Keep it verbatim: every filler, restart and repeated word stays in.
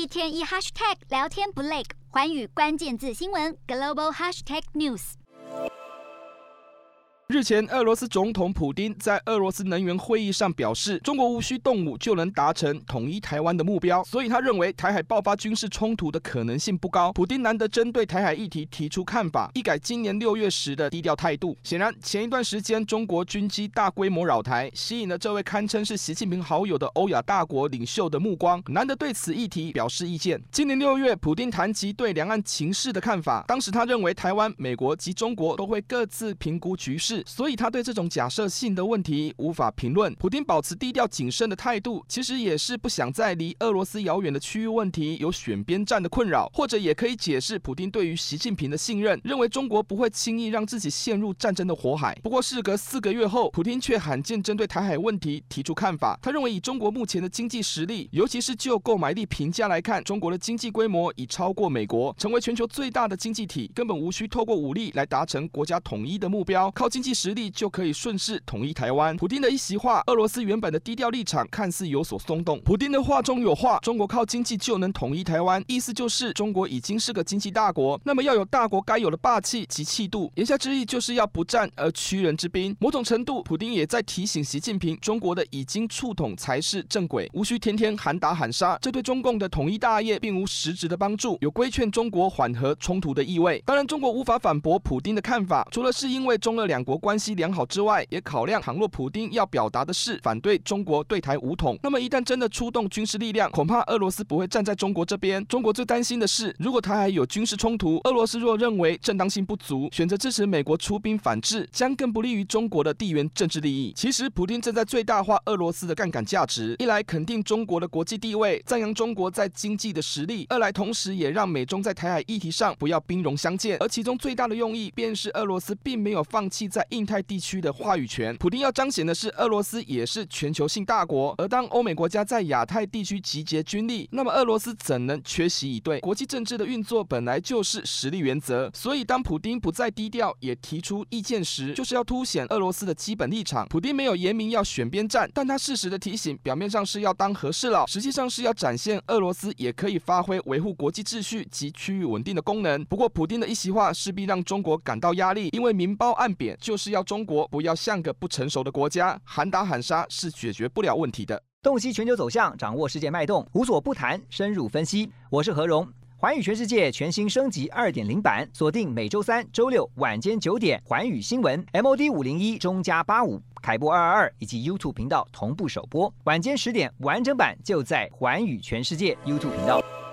天一 hashtag 聊天不累，寰宇关键字新闻 global hashtag news。 日前，俄罗斯总统普丁在俄罗斯能源会议上表示，中国无需动武就能达成统一台湾的目标，所以他认为台海爆发军事冲突的可能性不高。普丁难得针对台海议题提出看法，一改今年六月时的低调态度。显然，前一段时间中国军机大规模扰台，吸引了这位堪称是习近平好友的欧亚大国领袖的目光，难得对此议题表示意见。今年六月，普丁谈及对两岸情势的看法，当时他认为台湾、美国及中国都会各自评估局势。所以他对这种假设性的问题无法评论。普丁保持低调谨慎的态度，其实也是不想在离俄罗斯遥远的区域问题有选边站的困扰，或者也可以解释普丁对于习近平的信任，认为中国不会轻易让自己陷入战争的火海。不过事隔四个月后，普丁却罕见针对台海问题提出看法。他认为以中国目前的经济实力，尤其是就购买力评价来看，中国的经济规模已超过美国，成为全球最大的经济体，根本无需透过武力来达成国家统一的目标，靠经济实力就可以顺势统一台湾。普丁的一席话，俄罗斯原本的低调立场看似有所松动。普丁的话中有话，中国靠经济就能统一台湾，意思就是中国已经是个经济大国，那么要有大国该有的霸气及气度。言下之意就是要不战而屈人之兵。某种程度，普丁也在提醒习近平，中国的已经触统才是正轨，无需天天喊打喊杀，这对中共的统一大业并无实质的帮助，有规劝中国缓和冲突的意味。当然，中国无法反驳普丁的看法，除了是因为中俄两国关系良好之外，也考量倘若普丁要表达的是反对中国对台武统，那么一旦真的出动军事力量，恐怕俄罗斯不会站在中国这边。中国最担心的是，如果台海有军事冲突，俄罗斯若认为正当性不足，选择支持美国出兵反制，将更不利于中国的地缘政治利益。其实普丁正在最大化俄罗斯的杠杆价值，一来肯定中国的国际地位，赞扬中国在经济的实力，二来同时也让美中在台海议题上不要兵戎相见。而其中最大的用意便是俄罗斯并没有放弃在印太地区的话语权。普丁要彰显的是，俄罗斯也是全球性大国，而当欧美国家在亚太地区集结军力，那么俄罗斯怎能缺席以对？国际政治的运作本来就是实力原则，所以当普丁不再低调，也提出意见时，就是要凸显俄罗斯的基本立场。普丁没有言明要选边站，但他适时的提醒，表面上是要当和事佬，实际上是要展现俄罗斯也可以发挥维护国际秩序及区域稳定的功能。不过，普丁的一席话势必让中国感到压力，因为明褒暗贬就是要中国不要像个不成熟的国家，喊打喊杀是解决不了问题的。 洞悉全球走向，掌握世界脉动，无所不谈，深入分析。我是何荣。寰宇全世界全新升级 二点零 版，锁定每周三、周六晚间九点，寰宇新闻 M O D 五零一中加八五凯播二二二以及 YouTube 频道同步首播，晚间十点完整版就在寰宇全世界 YouTube 频道。